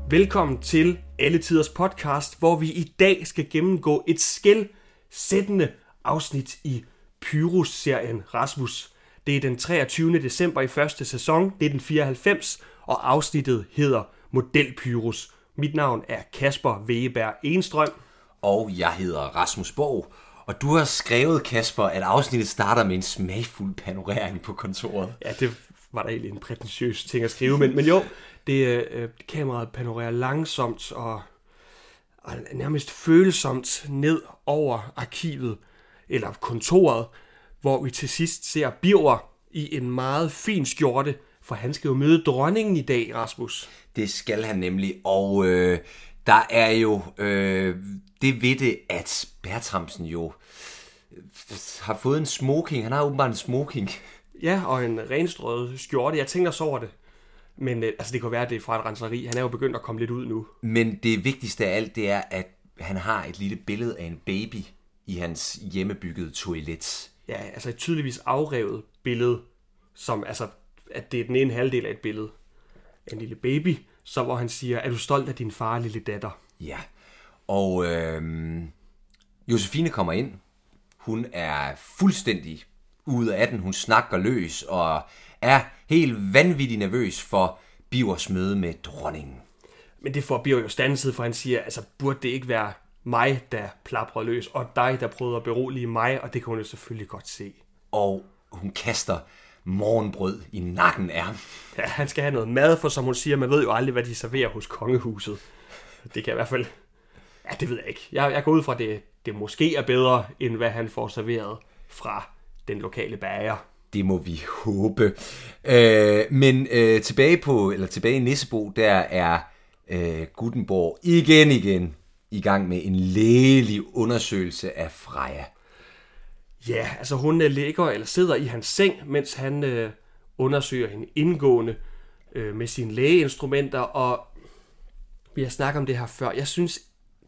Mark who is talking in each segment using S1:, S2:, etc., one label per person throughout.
S1: Velkommen til Alle Tiders podcast, hvor vi i dag skal gennemgå et skelsættende afsnit i Pyrus-serien Rasmus. Det er den 23. december i første sæson, det er den 94, og afsnittet hedder Model Pyrus. Mit navn er Kasper Wegeberg Enstrøm.
S2: Og jeg hedder Rasmus Borg. Og du har skrevet, Kasper, at afsnittet starter med en smagfuld panorering på kontoret.
S1: Ja, det var da egentlig en prætentiøs ting at skrive, men jo, kameraet panorerer langsomt og nærmest følsomt ned over arkivet, eller kontoret, hvor vi til sidst ser Birger i en meget fin skjorte, for han skal jo møde dronningen i dag, Rasmus.
S2: Det skal han nemlig, og der er jo det ved det, at Bertramsen jo har fået en smoking. Han har åbenbart en smoking.
S1: Ja, og en renstrøget skjorte. Jeg tænker så over det. Men det kan være, at det er fra et renseri. Han er jo begyndt at komme lidt ud nu.
S2: Men det vigtigste af alt, det er, at han har et lille billede af en baby i hans hjemmebyggede toilet.
S1: Ja, altså et tydeligvis afrevet billede, som at det er den ene halvdel af et billede. En lille baby, så hvor han siger, er du stolt af din far, lille datter?
S2: Ja, og Josefine kommer ind. Hun er fuldstændig ude af den. Hun snakker løs og er helt vanvittigt nervøs for Birgers møde med dronningen.
S1: Men det får Birger jo standset, for han siger, burde det ikke være mig, der plaprer løs, og dig, der prøver at berolige mig, og det kan hun jo selvfølgelig godt se.
S2: Og hun kaster morgenbrød i nakken af ham.
S1: Ja, han skal have noget mad, for som hun siger, man ved jo aldrig, hvad de serverer hos kongehuset. Det kan i hvert fald... Ja, det ved jeg ikke. Jeg går ud fra, at det måske er bedre, end hvad han får serveret fra den lokale bager.
S2: Det må vi håbe. Men tilbage i Nissebo, der er Guttenborg igen i gang med en lægelig undersøgelse af Freja.
S1: Ja, hun sidder i hans seng, mens han undersøger hende indgående med sine lægeinstrumenter, og vi har snakket om det her før. Jeg synes,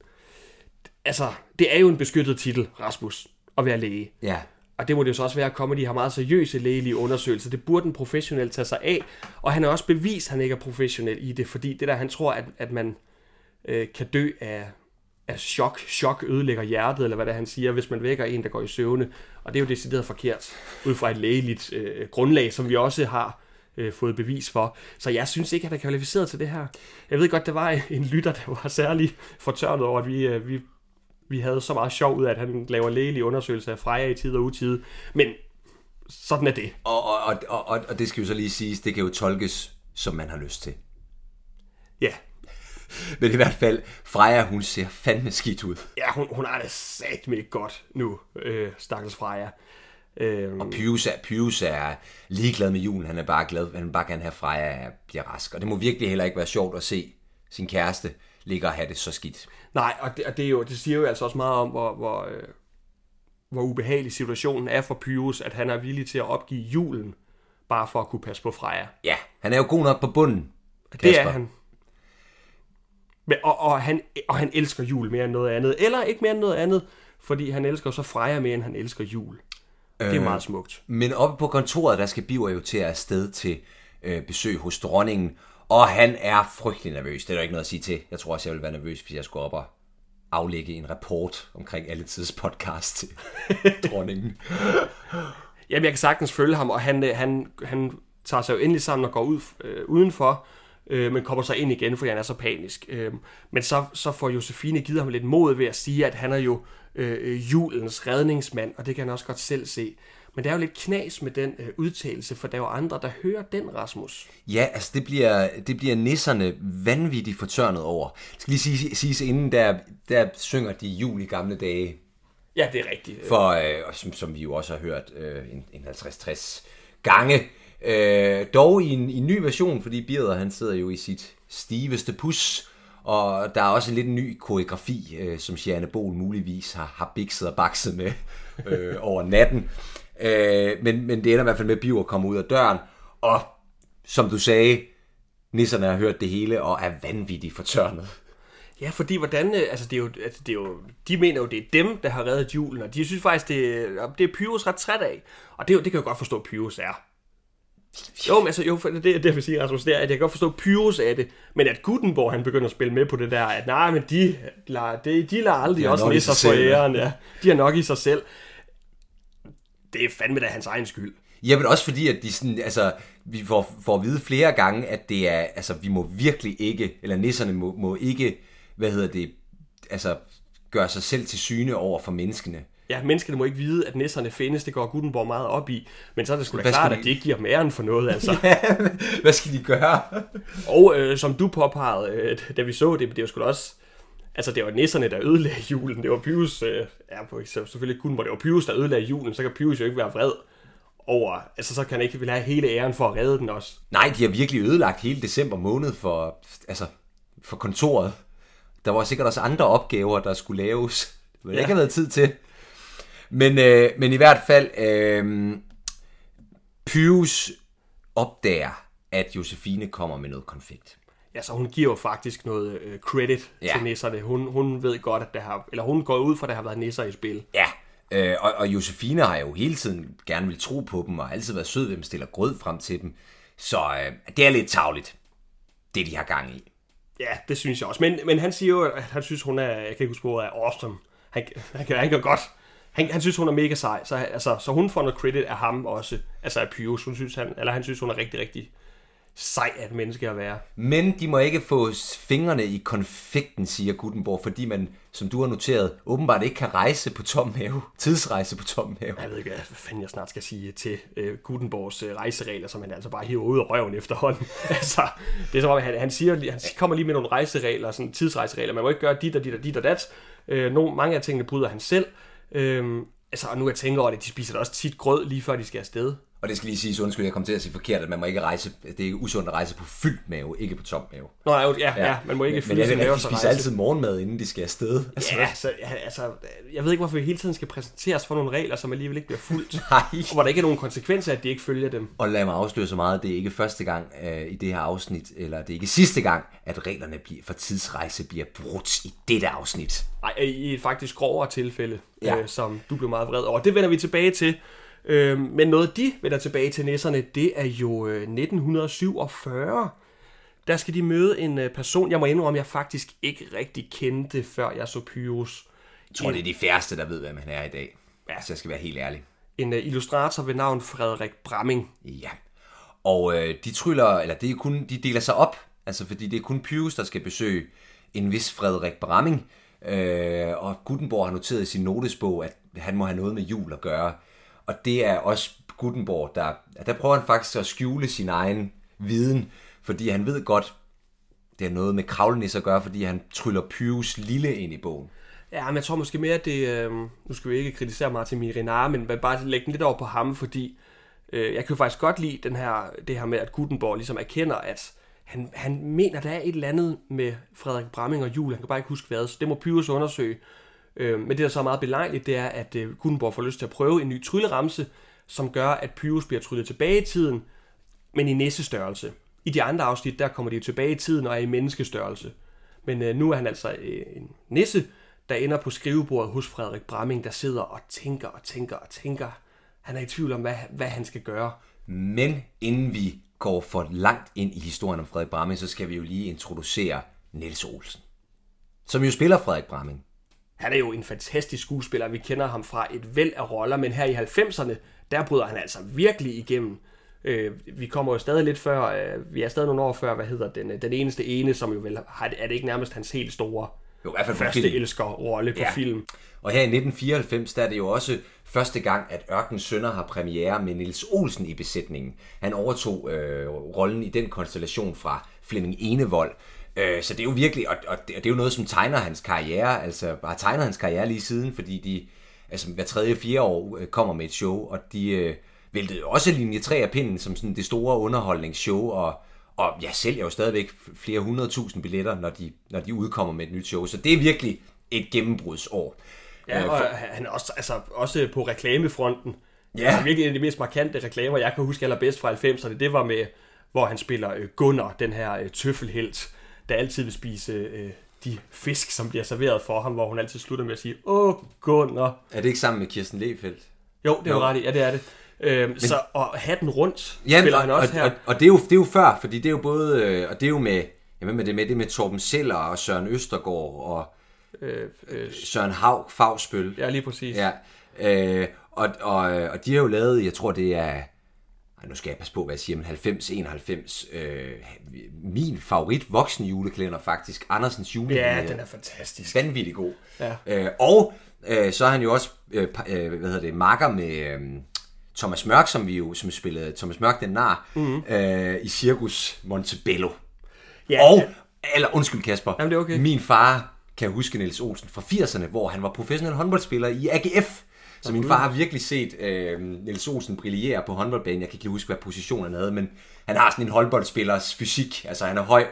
S1: det er jo en beskyttet titel, Rasmus, at være læge.
S2: Ja.
S1: Og det må det jo så også være at komme, de har meget seriøse lægelige undersøgelser. Det burde en professionel tage sig af, og han har også bevist, at han ikke er professionel i det, fordi det der, han tror, at man kan dø af chok ødelægger hjertet, eller hvad det han siger, hvis man vækker en, der går i søvne. Og det er jo decideret forkert, ud fra et lægeligt grundlag, som vi også har fået bevis for. Så jeg synes ikke, at han er kvalificeret til det her. Jeg ved godt, der var en lytter, der var særlig fortørnet over, at vi havde så meget sjov ud af, at han laver lægelige undersøgelser af Freja i tid og utide. Men sådan er det.
S2: Og det skal jo så lige siges, det kan jo tolkes, som man har lyst til.
S1: Ja.
S2: Men i hvert fald, Freja, hun ser fandme skidt ud.
S1: Ja, hun har det satme ikke godt nu, stakkels Freja.
S2: Og Pyrus er ligeglad med julen. Han er bare glad. Han vil bare gerne have, Freja bliver rask. Og det må virkelig heller ikke være sjovt at se sin kæreste ligge og have det så skidt.
S1: Nej, og det siger jo altså også meget om, hvor ubehagelig situationen er for Pyrus, at han er villig til at opgive julen, bare for at kunne passe på Freja.
S2: Ja, han er jo god nok på bunden, Kasper.
S1: Det er han. Men, og han elsker jul mere end noget andet. Eller ikke mere end noget andet, fordi han elsker så Freja mere, end han elsker jul. Det er meget smukt.
S2: Men oppe på kontoret, der skal Birger jo til at afsted til besøg hos dronningen. Og han er frygtelig nervøs. Det er der ikke noget at sige til. Jeg tror også, jeg ville være nervøs, hvis jeg skulle op og aflægge en rapport omkring Alle Tiders podcast til dronningen.
S1: Jamen, jeg kan sagtens følge ham, og han tager sig jo endelig sammen og går ud udenfor, men kommer så ind igen, fordi han er så panisk. Men så får Josefine givet ham lidt mod ved at sige, at han er jo julens redningsmand, og det kan han også godt selv se. Men der er jo lidt knas med den udtalelse, for der er jo andre, der hører den, Rasmus.
S2: Ja, det bliver nisserne vanvittigt fortørnet over. Jeg skal lige sige inden der synger de jul i gamle dage.
S1: Ja, det er rigtigt.
S2: For, som vi jo også har hørt en 50-60 gange. Dog i en ny version, fordi Birger han sidder jo i sit stiveste pus. Og der er også en lidt ny koreografi, som Jeanne Bol muligvis har bikset og bakset med over natten. Men det ender i hvert fald med, at Birger kommer ud af døren, og som du sagde, nisserne har hørt det hele og er vanvittigt fortørnet.
S1: Ja, fordi hvordan, det er jo, de mener jo, det er dem, der har reddet julen, og de synes faktisk, det er Pyrus ret træt af. Og det kan jeg godt forstå, at Pyrus er. Jo, men altså, for det jeg vil sige, Rasmus, det er, at jeg kan godt forstå Pyrus af det, men at Guttenborg, han begynder at spille med på det der, at nej, men de lader aldrig også nisser for æren, ja. De er nok i sig selv. Det er fandme da hans egen skyld.
S2: Ja, men også fordi, at de sådan, altså, vi får at vide flere gange, at det er, altså, vi må virkelig ikke, eller nisserne må ikke, altså, gøre sig selv til syne over for menneskene.
S1: Ja, menneskene må ikke vide, at nisserne findes, det går Guttenborg meget op i, men så er det sgu da klart, at de ikke giver dem æren for noget, altså.
S2: Ja, hvad skal de gøre?
S1: Og som du påpegede, da vi så det, det var sgu da også, altså det var nisserne, der ødelagde julen, det var Pyrus, selvfølgelig Guttenborg, det var Pyrus, der ødelagde julen, så kan Pyrus jo ikke være vred over, altså så kan han ikke vil have hele æren for at redde den også.
S2: Nej, de har virkelig ødelagt hele december måned for kontoret. Der var sikkert også andre opgaver, der skulle laves. Det ville ikke have været tid til. Men i hvert fald, Pyrus opdager, at Josefine kommer med noget konfekt.
S1: Ja, så hun giver jo faktisk noget credit til nisserne. Hun ved godt, at hun går ud fra, at der har været nisser i spil.
S2: Ja, og Josefine har jo hele tiden gerne vil tro på dem, og altid været sød ved dem, stiller grød frem til dem. Så det er lidt tarveligt, det de har gang i.
S1: Ja, det synes jeg også. Men han siger jo, at han synes, hun er, jeg kan ikke huske ordet, er awesome. Han kan godt. Han synes, hun er mega sej. Så hun får noget credit af ham også. Altså af Pyrus. Han synes, hun er rigtig, rigtig sej af et menneske at være.
S2: Men de må ikke få fingrene i konfekten, siger Guttenborg, fordi man, som du har noteret, åbenbart ikke kan rejse på tom mave. Tidsrejse på tom mave.
S1: Jeg ved ikke, hvad fanden jeg snart skal sige til Guttenborgs rejseregler, som han altså bare hiver ud af røven efterhånden. Altså, det er som om, han kommer lige med nogle rejseregler, sådan tidsrejseregler. Man må ikke gøre dit og dat. Mange af tingene bryder han selv. Og nu jeg tænker over det, de spiser da også tit grød lige før de skal afsted.
S2: Og det skal lige siges, undskyld, jeg kom til at sige forkert, at man må ikke rejse, det er ikke usundt at rejse på fyldt mave, ikke på tom mave.
S1: Nå, ja, man må ikke fylde sin mave.
S2: Men de spiser altid morgenmad, inden de skal afsted.
S1: Jeg ved ikke, hvorfor vi hele tiden skal præsenteres for nogle regler, som alligevel ikke bliver fulgt.
S2: Nej.
S1: Og hvor der ikke er nogen konsekvenser, at de ikke følger dem.
S2: Og lad mig afsløre så meget, det er ikke første gang i det her afsnit, eller det er ikke sidste gang, at reglerne for tidsrejse bliver brudt i dette afsnit.
S1: Nej, i et faktisk grovere tilfælde, som du blev meget vred over. Det vender vi tilbage til. Men noget de vender tilbage til nisserne, det er jo 1947. Der skal de møde en person, jeg må indrømme, jeg faktisk ikke rigtig kendte, før jeg så Pyrus.
S2: Jeg tror, det er de færreste, der ved, hvem han er i dag. Ja. Så jeg skal være helt ærlig.
S1: En illustrator ved navn Frederik Bramming.
S2: Ja. Og de tryller, eller det er kun, de deler sig op, altså fordi det er kun Pyrus, der skal besøge en vis Frederik Bramming. Og Guttenborg har noteret i sin notesbog, at han må have noget med jul at gøre. Og det er også Guttenborg, der prøver han faktisk at skjule sin egen viden, fordi han ved godt, det har noget med kravlenis at gøre, fordi han tryller Pyrus lille ind i bogen.
S1: Ja, men jeg tror måske mere, at det... nu skal vi ikke kritisere Martin Mirinar, men bare lægge den lidt over på ham, fordi jeg kan jo faktisk godt lide det her med, at Guttenborg ligesom erkender, at han mener, der er et eller andet med Frederik Bramming og jul. Han kan bare ikke huske hvad, så det må Pyrus undersøge. Men det, der så er meget belejligt, det er, at Guttenborg får lyst til at prøve en ny trylleramse, som gør, at Pyrus bliver tryllet tilbage i tiden, men i nissestørrelse. I de andre afsnit, der kommer de jo tilbage i tiden og er i menneskestørrelse. Men nu er han altså en nisse, der ender på skrivebordet hos Frederik Bramming, der sidder og tænker. Han er i tvivl om, hvad han skal gøre.
S2: Men inden vi går for langt ind i historien om Frederik Bramming, så skal vi jo lige introducere Niels Olsen, som jo spiller Frederik Bramming.
S1: Han er jo en fantastisk skuespiller, vi kender ham fra et væld af roller, men her i 90'erne, der bryder han altså virkelig igennem. Vi kommer jo stadig lidt før, vi er stadig nogle år før, den eneste ene, som jo vel er det ikke nærmest hans helt store første elskerrolle på film.
S2: Og her i 1994, der er det jo også første gang, at Ørkenens Sønner har premiere med Niels Olsen i besætningen. Han overtog rollen i den konstellation fra Flemming Enevold. Så det er jo virkelig, og det er jo noget, som tegner hans karriere, altså har tegnet hans karriere lige siden, fordi de altså hver 3. og 4. år kommer med et show, og de væltede også linje 3 af pinden som sådan det store underholdningsshow, og jeg sælger jo stadigvæk flere 100.000 billetter, når de udkommer med et nyt show, så det er virkelig et gennembrudsår.
S1: Ja, og han er også på reklamefronten. Ja. Altså virkelig en af de mest markante reklamer, jeg kan huske allerbedst fra 90'erne, det var med, hvor han spiller Gunnar, den her tøffelhelt, der altid vil spise de fisk, som bliver serveret for ham, hvor hun altid slutter med at sige, Gunnar.
S2: Er det ikke sammen med Kirsten Lehfeldt?
S1: Jo, det er jo ret i. Ja, det er det. Så og hatten rundt spiller han også her.
S2: Og det er jo før, fordi det er jo både, og det er jo med, det med Torben Seller og Søren Østergaard og Søren Fagsbøl.
S1: Ja, lige præcis.
S2: Ja, og de har jo lavet, jeg tror det er, nu skal jeg passe på, hvad jeg siger, men 90-91, min favorit voksen julekalender faktisk, Andersens julekalender.
S1: Ja, den er fantastisk.
S2: Vanvittig god.
S1: Ja.
S2: Og så er han jo også, makker med Thomas Mørk, som spillede Thomas Mørk den nar, i Cirkus Montebello. Ja, undskyld Kasper,
S1: jamen, det er okay.
S2: Min far kan huske Niels Olsen fra 80'erne, hvor han var professionel håndboldspiller i AGF. Så min far har virkelig set Niels Olsen brillere på håndboldbanen. Jeg kan ikke huske, hvad position han havde, men han har sådan en håndboldspillers fysik. Altså han er høj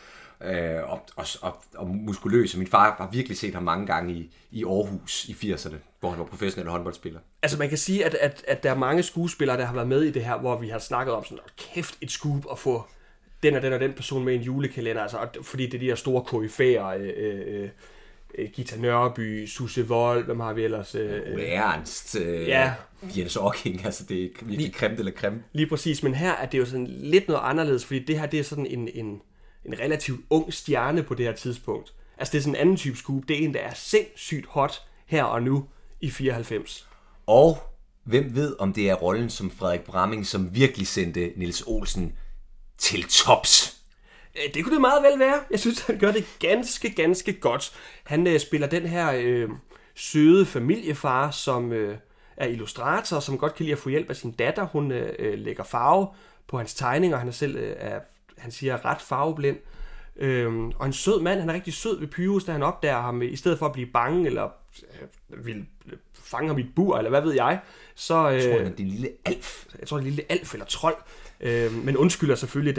S2: og muskuløs, og min far har virkelig set ham mange gange i Aarhus i 80'erne, hvor han var professionel håndboldspiller.
S1: Altså man kan sige, at der er mange skuespillere, der har været med i det her, hvor vi har snakket om sådan, kæft et scoop at få den og den og den person med i en julekalender. Altså, fordi det er de her store koryfæer, Gita Nørby, Susse Wold, hvem har vi ellers?
S2: Ole Ernst, Jens Ocking, altså det er virkelig cremt eller creme.
S1: Lige præcis, men her er det jo sådan lidt noget anderledes, fordi det her det er sådan en relativt ung stjerne på det her tidspunkt. Altså det er sådan en anden type scoop, det er en, der er sindssygt hot her og nu i 94.
S2: Og hvem ved, om det er rollen som Frederik Bramming, som virkelig sendte Niels Olsen til tops?
S1: Det kunne det meget vel være. Jeg synes, han gør det ganske godt. Han spiller den her søde familiefar, som er illustrator, som godt kan lide at få hjælp af sin datter. Hun lægger farve på hans tegninger. Han er selv, han siger, ret farveblind. Og en sød mand. Han er rigtig sød ved Pyrus, da han opdager ham. I stedet for at blive bange, eller vil fange ham i et bur, eller hvad ved jeg. Så,
S2: jeg tror, det er en lille alf.
S1: Jeg tror, det er en lille alf eller trold. Men undskylder selvfølgelig,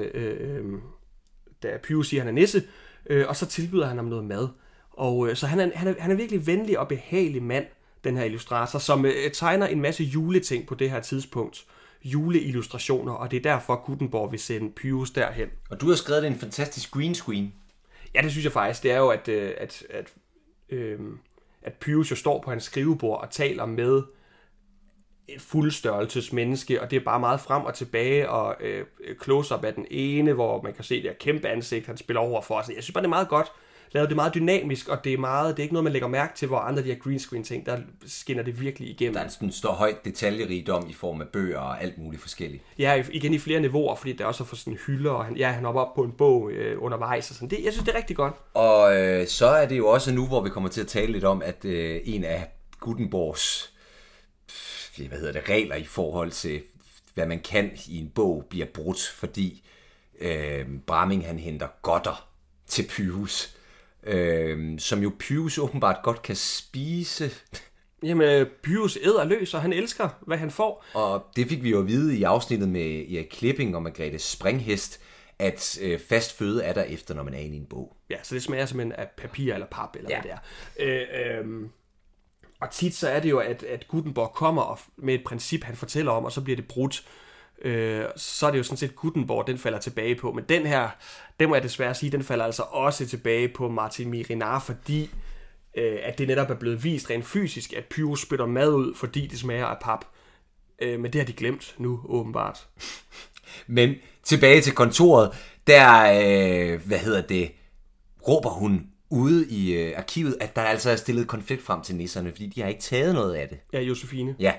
S1: da Pyrus siger, at han er nisse, og så tilbyder han ham noget mad. Og så han er virkelig venlig og behagelig mand, den her illustrator, som tegner en masse juleting på det her tidspunkt. Juleillustrationer, og det er derfor, Guttenborg vil sende Pyrus derhen.
S2: Og du har skrevet en fantastisk green screen.
S1: Ja, det synes jeg faktisk. Det er jo, at Pyrus jo står på hans skrivebord og taler med et fuldstørrelses menneske, og det er bare meget frem og tilbage, og close-up af den ene, hvor man kan se det her kæmpe ansigt, han spiller over for os. Jeg synes bare, det er meget godt lavet, det er meget dynamisk, og det er ikke noget, man lægger mærke til, hvor andre de her green screen ting, der skinner det virkelig igennem.
S2: Der er en stor højt detaljerigdom i form af bøger og alt muligt forskelligt.
S1: Ja, igen i flere niveauer, fordi der også er for sådan hylder, og han hopper op på en bog undervejs, og sådan. Jeg synes, det er rigtig godt.
S2: Og så er det jo også nu, hvor vi kommer til at tale lidt om, at en af Guttenborgs regler i forhold til, hvad man kan i en bog, bliver brudt, fordi Bramming han henter godter til Pyrus, som jo Pyrus åbenbart godt kan spise.
S1: Jamen, Pyrus æder løs, og han elsker, hvad han får.
S2: Og det fik vi jo at vide i afsnittet med Erik Klipping og Margrethe Springhest, at fast føde er der efter, når man er inde i en bog.
S1: Ja, så det smager simpelthen af papir eller pap, eller hvad det er. Og tit så er det jo, at Guttenborg kommer med et princip, han fortæller om, og så bliver det brudt. Så er det jo sådan set Guttenborg, den falder tilbage på. Men den her, den må jeg desværre sige, den falder altså også tilbage på Martin Mirinar, fordi at det netop er blevet vist rent fysisk, at Pyrus spytter mad ud, fordi det smager af pap. Men det har de glemt nu, åbenbart.
S2: Men tilbage til kontoret, der, råber hun ude i arkivet, at der altså er stillet konflikt frem til nisserne, fordi de har ikke taget noget af det.
S1: Ja, Josefine.
S2: Ja.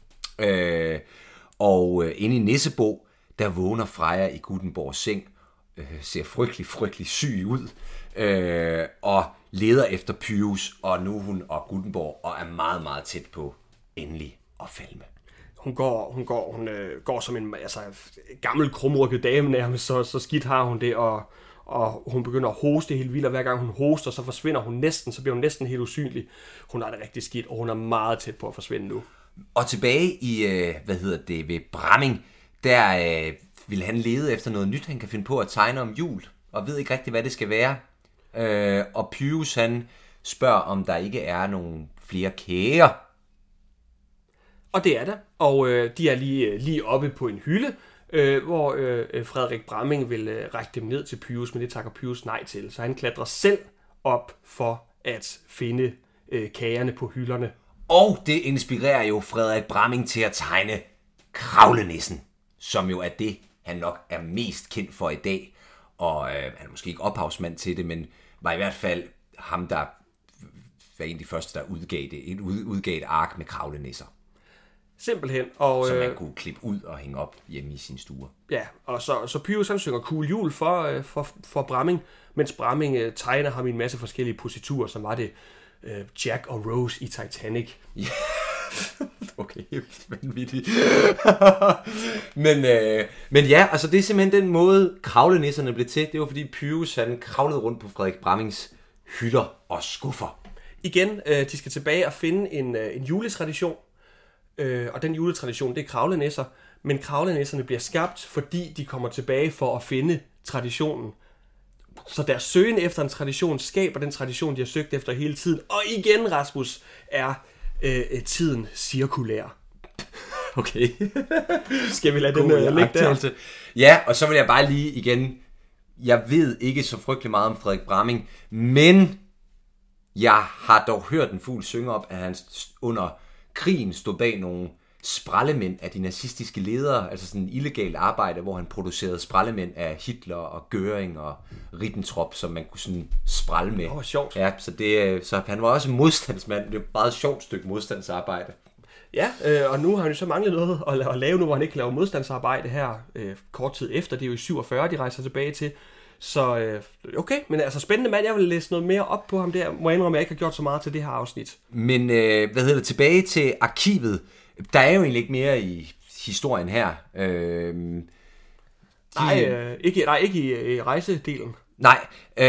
S2: Og inde i Nissebo, der vågner Freja i Guttenborgs seng, ser frygtelig syg ud, og leder efter Pyrus, og nu hun og Guttenborg, og er meget, meget tæt på endelig at falme.
S1: Hun går som en gammel krumrykket dame nærmest, så skidt har hun det, og hun begynder at hoste helt vildt, og hver gang hun hoster, så forsvinder hun næsten, så bliver hun næsten helt usynlig. Hun har det rigtig skidt, og hun er meget tæt på at forsvinde nu. Og
S2: tilbage i, ved Bramming, der vil han lede efter noget nyt, han kan finde på at tegne om jul, og ved ikke rigtig, hvad det skal være. Og Pyrus, han spørger, om der ikke er nogen flere kager.
S1: Og det er der, og de er lige oppe på en hylde, hvor Frederik Bramming vil række dem ned til Pyrus, men det takker Pyrus nej til. Så han klatrer selv op for at finde kagerne på hylderne.
S2: Og det inspirerer jo Frederik Bramming til at tegne Kravlenissen, som jo er det, han nok er mest kendt for i dag. Og han er måske ikke ophavsmand til det, men var i hvert fald ham, der var en af de første, der udgav et ark med kravlenisser.
S1: Simpelthen. Og,
S2: som man kunne klippe ud og hænge op hjemme i sin stue.
S1: Ja, og så Pyrus han synger Cool Jul for Bramming, mens Bramming tegner ham i en masse forskellige positurer, som var det Jack og Rose i Titanic.
S2: Ja, okay, vanvittigt. men ja, altså det er simpelthen den måde, kravlenisserne blev til. Det var fordi Pyrus han kravlede rundt på Frederik Brammings hylder og skuffer.
S1: Igen, de skal tilbage og finde en juletradition. Og den juletradition, det er kravlenisser. Men kravlenisserne bliver skabt, fordi de kommer tilbage for at finde traditionen. Så deres søgen efter en tradition skaber den tradition, de har søgt efter hele tiden. Og igen, Rasmus, er tiden cirkulær.
S2: Okay.
S1: Skal vi lade den ligge der?
S2: Ja, og så vil jeg bare lige igen... Jeg ved ikke så frygtelig meget om Frederik Bramming, men jeg har dog hørt en fugl synge op, at han under krigen stod bag nogle sprællemænd af de nazistiske ledere, altså sådan en illegal arbejde, hvor han producerede sprællemænd af Hitler og Göring og Ribbentrop, som man kunne sådan sprælle med.
S1: Det var sjovt.
S2: Ja, så han var også modstandsmand. Det var et meget sjovt stykke modstandsarbejde.
S1: Ja, og nu har han jo så manglet noget at lave nu, hvor han ikke kan lave modstandsarbejde her kort tid efter. Det er jo i 47, de rejser tilbage til. Så okay, men altså spændende mand. Jeg vil læse noget mere op på ham der. Må jeg indrømme, at jeg ikke har gjort så meget til det her afsnit.
S2: Men tilbage til arkivet. Der er jo egentlig ikke mere i historien her.
S1: Ikke i rejsedelen.
S2: Nej,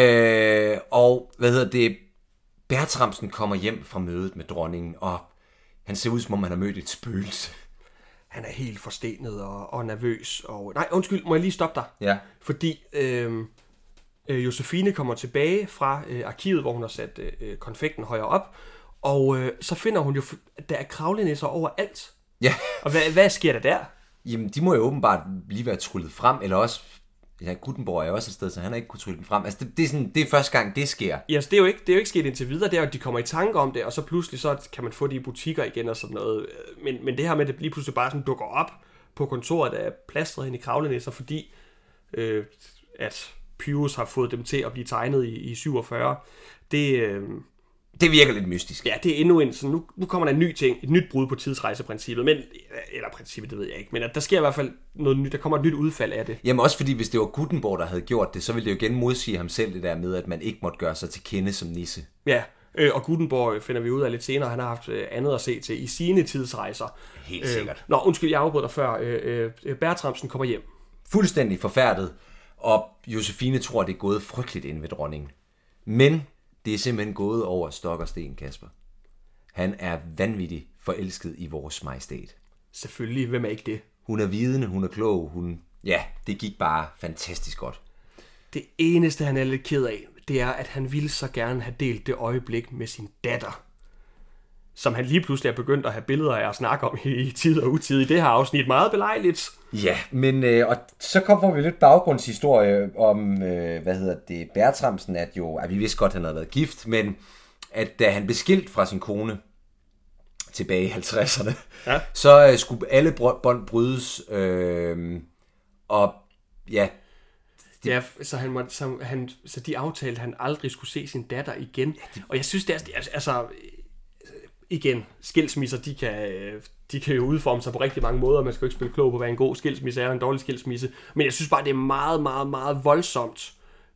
S2: og Bertramsen kommer hjem fra mødet med dronningen, og han ser ud, som om han har mødt et spøgelse.
S1: Han er helt forstenet og nervøs. Nej, undskyld, må jeg lige stoppe dig?
S2: Ja.
S1: Fordi Josefine kommer tilbage fra arkivet, hvor hun har sat konfekten højere op, og så finder hun jo, at der er kravlenisser overalt.
S2: Ja.
S1: Og hvad sker der der?
S2: Jamen, de må jo åbenbart lige være tryllet frem, eller også... Ja, Gutenborg er også et sted, så han har ikke kunnet trylle dem frem. Altså, det er første gang, det sker.
S1: Ja, altså, det er jo ikke sket indtil videre. Det er jo, at de kommer i tanke om det, og så pludselig så kan man få det i butikker igen og sådan noget. Men det her med, at det lige pludselig bare sådan dukker op på kontoret, der er plastret ind i kravlenisser, fordi at Pyrus har fået dem til at blive tegnet i 47.
S2: Det virker lidt mystisk.
S1: Ja, det er endnu en, så nu kommer der en ny ting, et nyt brud på tidsrejseprincippet, eller princippet, det ved jeg ikke, men at der sker i hvert fald noget nyt, der kommer et nyt udfald af det.
S2: Jamen også fordi, hvis det var Gutenborg, der havde gjort det, så ville det jo igen modsige ham selv det der med, at man ikke måtte gøre sig til kende som nisse.
S1: Ja, og Gutenborg finder vi ud af lidt senere, han har haft andet at se til i sine tidsrejser.
S2: Helt sikkert.
S1: Undskyld, jeg afbryder før. Bertramsen kommer hjem.
S2: Fuldstændig forfærdet, og Josefine tror, det er gået frygteligt ind ved dronningen. Men det er simpelthen gået over stok og sten, Kasper. Han er vanvittigt forelsket i vores majestæt.
S1: Selvfølgelig, hvem er ikke det?
S2: Hun er vidende, hun er klog, Ja, det gik bare fantastisk godt.
S1: Det eneste, han er lidt ked af, det er, at han ville så gerne have delt det øjeblik med sin datter. Som han lige pludselig er begyndt at have billeder af at snakke om i tid og utid i det her afsnit. Meget belejligt.
S2: Ja, men og så får vi lidt baggrundshistorie om, Bertramsen, at vi vidste godt, at han havde været gift, men at da han blev skilt fra sin kone tilbage i 50'erne, ja, så skulle alle bånd brydes, og ja...
S1: Ja, så de aftalte, at han aldrig skulle se sin datter igen. Ja, og jeg synes, det er... Altså, igen, skilsmisser, de kan jo udforme sig på rigtig mange måder. Man skal jo ikke spille klog på, hvad en god skilsmisse er, og en dårlig skilsmisse. Men jeg synes bare, det er meget, meget, meget voldsomt,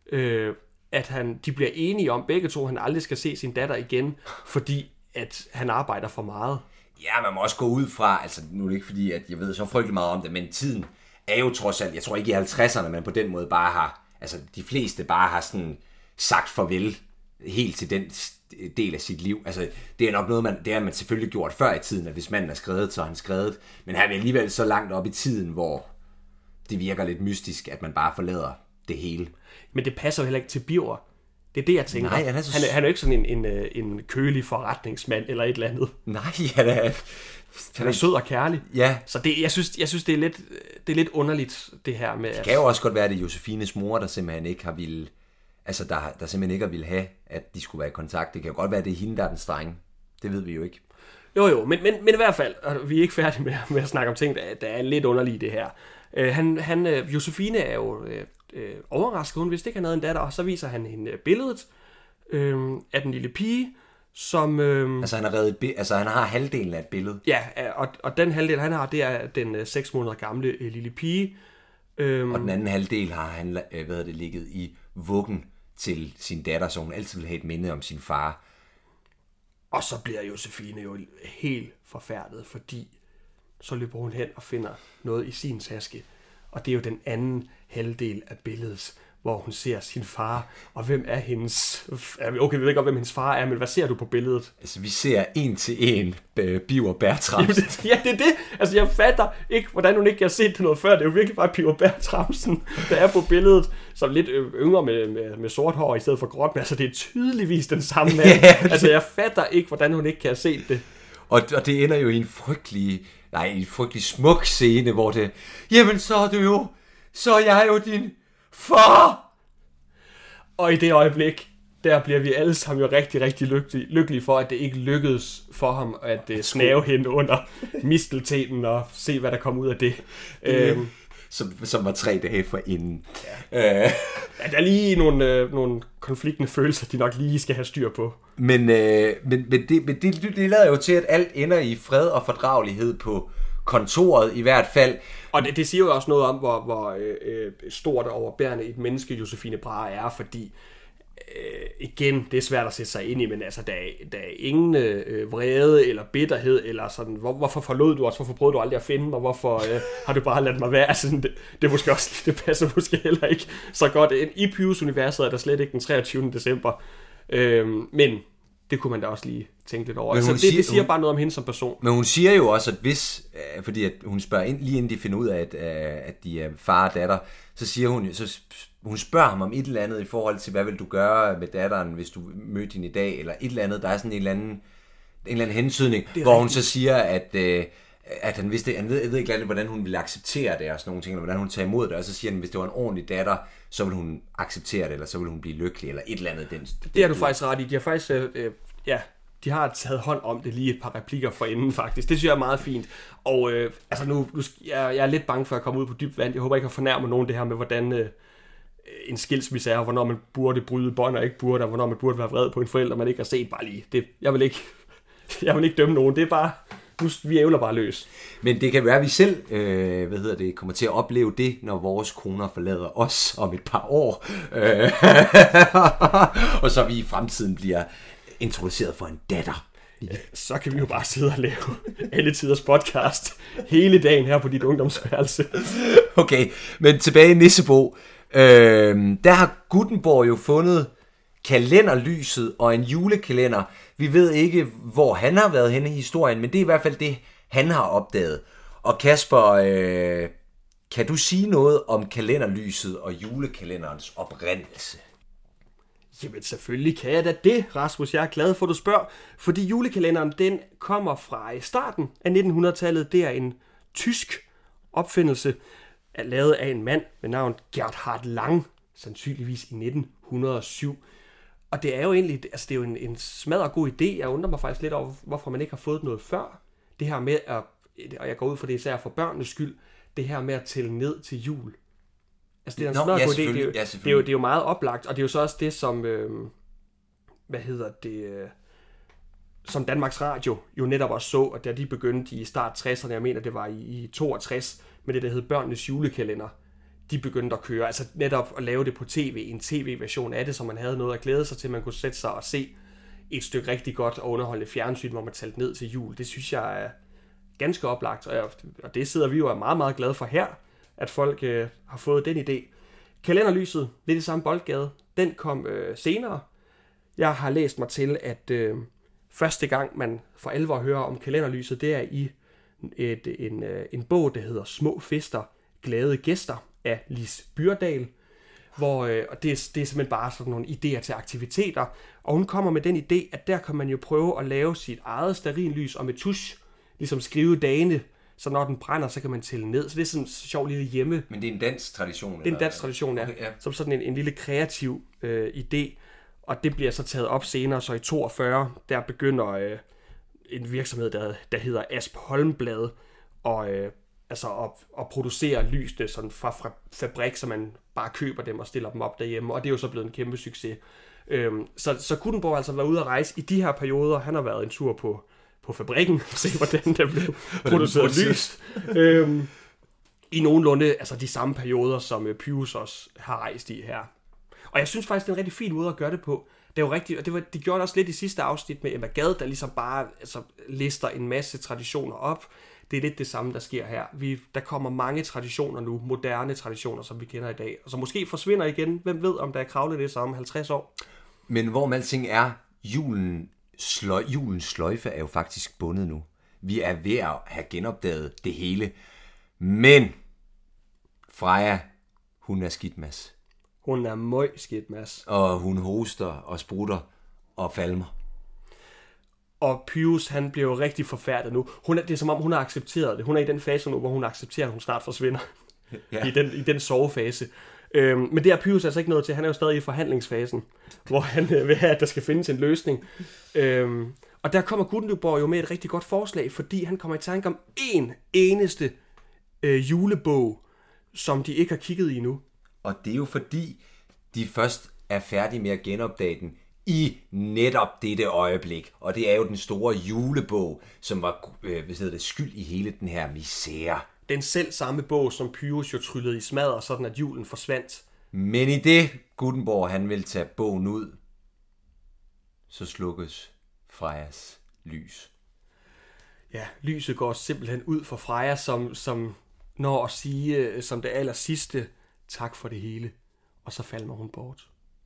S1: at de bliver enige om, begge to, han aldrig skal se sin datter igen, fordi at han arbejder for meget.
S2: Ja, man må også gå ud fra, altså nu er det ikke fordi, at jeg ved så frygtelig meget om det, men tiden er jo trods alt, jeg tror ikke i 50'erne, man på den måde bare har, altså de fleste bare har sådan sagt farvel helt til den del af sit liv. Altså, det er nok noget, det har man selvfølgelig gjort før i tiden, at hvis manden er skrevet, så er han skrevet. Men her er vi alligevel så langt op i tiden, hvor det virker lidt mystisk, at man bare forlader det hele. Men
S1: det passer jo heller ikke til Birger. Det er det, jeg tænker.
S2: Nej,
S1: han er jo ikke sådan en kølig forretningsmand eller et eller andet.
S2: Nej, han
S1: er sød og kærlig.
S2: Ja.
S1: Så jeg synes det er lidt underligt, det her med...
S2: Det kan jo også godt være, at det er Josefines mor, der simpelthen ikke har ville... Altså, der simpelthen ikke vil have, at de skulle være i kontakt. Det kan jo godt være, at det er hende, der er den strenge. Det ved vi jo ikke.
S1: Jo, men i hvert fald, og vi er ikke færdige med at snakke om ting, der er lidt underlige i det her. Josefine er jo overrasket, hun vidste ikke, han havde en datter, og så viser han hende billedet af den lille pige, som...
S2: Altså han har halvdelen af et billede.
S1: Ja, og den halvdel, han har, det er den 6 måneder gamle lille pige.
S2: Og den anden halvdel har han ligget i vuggen til sin datter, så hun altid vil have et minde om sin far.
S1: Og så bliver Josefine jo helt forfærdet, fordi så løber hun hen og finder noget i sin taske. Og det er jo den anden halvdel af billedet, hvor hun ser sin far. Og hvem er hendes... Okay, vi ved ikke godt, hvem hendes far er, men hvad ser du på billedet?
S2: Altså, vi ser 1-til-1 Biver Bertramsen.
S1: Ja, det er det. Altså, jeg fatter ikke, hvordan hun ikke har set det noget før. Det er jo virkelig bare Biver Bertramsen, der er på billedet, som lidt yngre med sort hår i stedet for gråt. Men altså, det er tydeligvis den samme mand. Altså, jeg fatter ikke, hvordan hun ikke kan have set det.
S2: Og det ender jo i en frygtelig smuk scene, hvor det... Jamen, så er jeg jo din far!
S1: Og i det øjeblik, der bliver vi alle sammen jo rigtig, rigtig lykkelige for, at det ikke lykkedes for ham at snave hende under misteltenen og se, hvad der kom ud af det.
S2: Som var 3 dage forinden.
S1: Ja, der er lige nogle konfliktende følelser, de nok lige skal have styr på.
S2: Men det lader jo til, at alt ender i fred og fordragelighed på kontoret i hvert fald.
S1: Og det siger jo også noget om, hvor stort og overbærende et menneske Josefine Brahe er, fordi igen, det er svært at sætte sig ind i, men altså, der er ingen vrede eller bitterhed, eller sådan, hvorfor forlod du os, hvorfor prøvede du aldrig at finde mig, hvorfor har du bare ladt mig være, altså, det er måske også, det passer måske heller ikke så godt. I Pyrus-universet er der slet ikke den 23. december, men det kunne man da også lige tænke lidt over. Altså, det siger bare noget om hende som person.
S2: Men hun siger jo også, at hvis, fordi at hun spørger ind, lige inden de finder ud af, at de er far og datter, så siger hun spørger ham om et eller andet i forhold til, hvad vil du gøre med datteren, hvis du mødte hende i dag, eller et eller andet, der er sådan en eller anden hensydning, hvor hun så siger, at han vidste, jeg ved ikke lidt, hvordan hun ville acceptere det, og sådan nogle ting, eller hvordan hun tager imod det, og så siger han, hvis det var en ordentlig datter, så vil hun acceptere det, eller så vil hun blive lykkelig, eller et eller andet.
S1: Det har du faktisk ret i. De har faktisk, de har taget hånd om det lige et par replikker forinden, faktisk. Det synes jeg er meget fint. Og altså jeg er lidt bange for at komme ud på dybt vand. Jeg håber ikke at fornærme nogen det her med, hvordan en skilsmisse er, og hvornår man burde bryde bånd og ikke burde, og hvornår man burde være vred på en forælder, man ikke har set bare lige. Jeg vil ikke dømme nogen. Det er bare... Vi ævler bare løs.
S2: Men det kan være, at vi selv kommer til at opleve det, når vores koner forlader os om et par år. Og så vi i fremtiden bliver introduceret for en datter.
S1: Så kan vi jo bare sidde og lave alle tiders podcast hele dagen her på dit ungdomsværelse.
S2: Okay, men tilbage i Nissebo. Der har Gutenborg jo fundet kalenderlyset og en julekalender. Vi ved ikke, hvor han har været henne i historien, men det er i hvert fald det, han har opdaget. Og Kasper, kan du sige noget om kalenderlyset og julekalenderens oprindelse?
S1: Jamen selvfølgelig kan jeg da det, Rasmus. Jeg er glad for, at du spørger. Fordi julekalenderen, den kommer fra starten af 1900-tallet. Det er en tysk opfindelse, lavet af en mand med navn Gerhard Lang, sandsynligvis i 1907. Og det er jo egentlig, altså det er jo en smadret god idé. Jeg undrer mig faktisk lidt over, hvorfor man ikke har fået noget før. Det her med, og jeg går ud for det især for børnenes skyld, det her med at tælle ned til jul. Altså det er en smadret god idé. Det er jo meget oplagt, og det er jo så også det, som, som Danmarks Radio jo netop også så, og da de begyndte i start 60'erne, jeg mener det var i 62, med det der hed Børnenes Julekalender, de begyndte at køre, altså netop at lave det på tv, en tv-version af det, så man havde noget at glæde sig til, man kunne sætte sig og se et stykke rigtig godt og underholdende fjernsyn, hvor man talte ned til jul. Det synes jeg er ganske oplagt, og det sidder vi jo meget, meget glade for her, at folk har fået den idé. Kalenderlyset, lidt i samme boldgade, den kom senere. Jeg har læst mig til, at første gang man for alvor hører om kalenderlyset, det er i en bog, der hedder Små Fester, Glade Gæster af Lis Byrdal, hvor og det er simpelthen bare sådan nogle idéer til aktiviteter, og hun kommer med den idé, at der kan man jo prøve at lave sit eget stearinlys og med tusch, ligesom skrive dagene, så når den brænder, så kan man tælle ned. Så det er sådan en sjov lille hjemme.
S2: Men det er en dansk tradition?
S1: Det er en dansk tradition, ja. Okay, ja. Som sådan en lille kreativ idé, og det bliver så taget op senere, så i 42, der begynder en virksomhed, der hedder Asp Holmblad, og producerer lysene sådan fra fabrik, så man bare køber dem og stiller dem op derhjemme, og det er jo så blevet en kæmpe succes. Så Gutenborg altså været ude at rejse i de her perioder. Han har været en tur på fabrikken og se, hvordan der blev produceret lys. I nogenlunde altså de samme perioder, som Pyrus også har rejst i her. Og jeg synes faktisk, det er en rigtig fin måde at gøre det på. Det er jo rigtigt, og de gjorde det også lidt i sidste afsnit med Emma Gad, der ligesom bare lister en masse traditioner op. Det er lidt det samme, der sker her. Der kommer mange traditioner nu, moderne traditioner, som vi kender i dag, og som måske forsvinder igen. Hvem ved, om der er kravlet det så om 50 år?
S2: Men hvorom alting er, julens sløjfe er jo faktisk bundet nu. Vi er ved at have genopdaget det hele. Men Freja, hun er skidt, Mads.
S1: Hun er møg skidt, Mads.
S2: Og hun hoster og sprutter og falmer.
S1: Og Pyrus, han bliver jo rigtig forfærdet nu. Det er som om, hun har accepteret det. Hun er i den fase nu, hvor hun accepterer, at hun snart forsvinder. Ja. I den sovefase. Men det er Pyrus altså ikke noget til. Han er jo stadig i forhandlingsfasen, hvor han vil have, at der skal findes en løsning. Og der kommer Gutenberg jo med et rigtig godt forslag, fordi han kommer i tanke om en eneste julebog, som de ikke har kigget i nu.
S2: Og det er jo fordi, de først er færdige med at genopdage den i netop dette øjeblik. Og det er jo den store julebog, som var skyld i hele den her misære.
S1: Den selv samme bog, som Pyrus jo tryllede i smadder, sådan at julen forsvandt.
S2: Men i det Gutenberg, han vil tage bogen ud, så slukkes Frejas lys.
S1: Ja, lyset går simpelthen ud for Freja, som når at sige som det aller sidste, tak for det hele. Og så falder hun bort.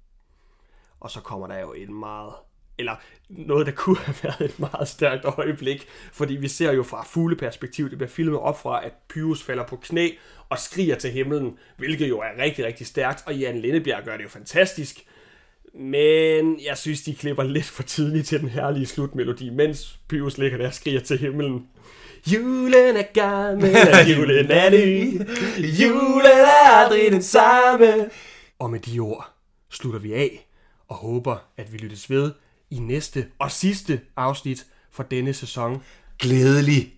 S1: Og så kommer der jo noget, der kunne have været et meget stærkt øjeblik, fordi vi ser jo fra fugleperspektiv, det bliver filmet op fra, at Pyrus falder på knæ og skriger til himlen, hvilket jo er rigtig, rigtig stærkt, og Jan Lindebjerg gør det jo fantastisk. Men jeg synes, de klipper lidt for tidligt til den herlige slutmelodi, mens Pyrus ligger der og skriger til himlen. Julen er gammel, og julen er ny. Julen er aldrig den samme. Og med de ord slutter vi af og håber, at vi lyttes ved i næste og sidste afsnit for denne sæson.
S2: Glædelig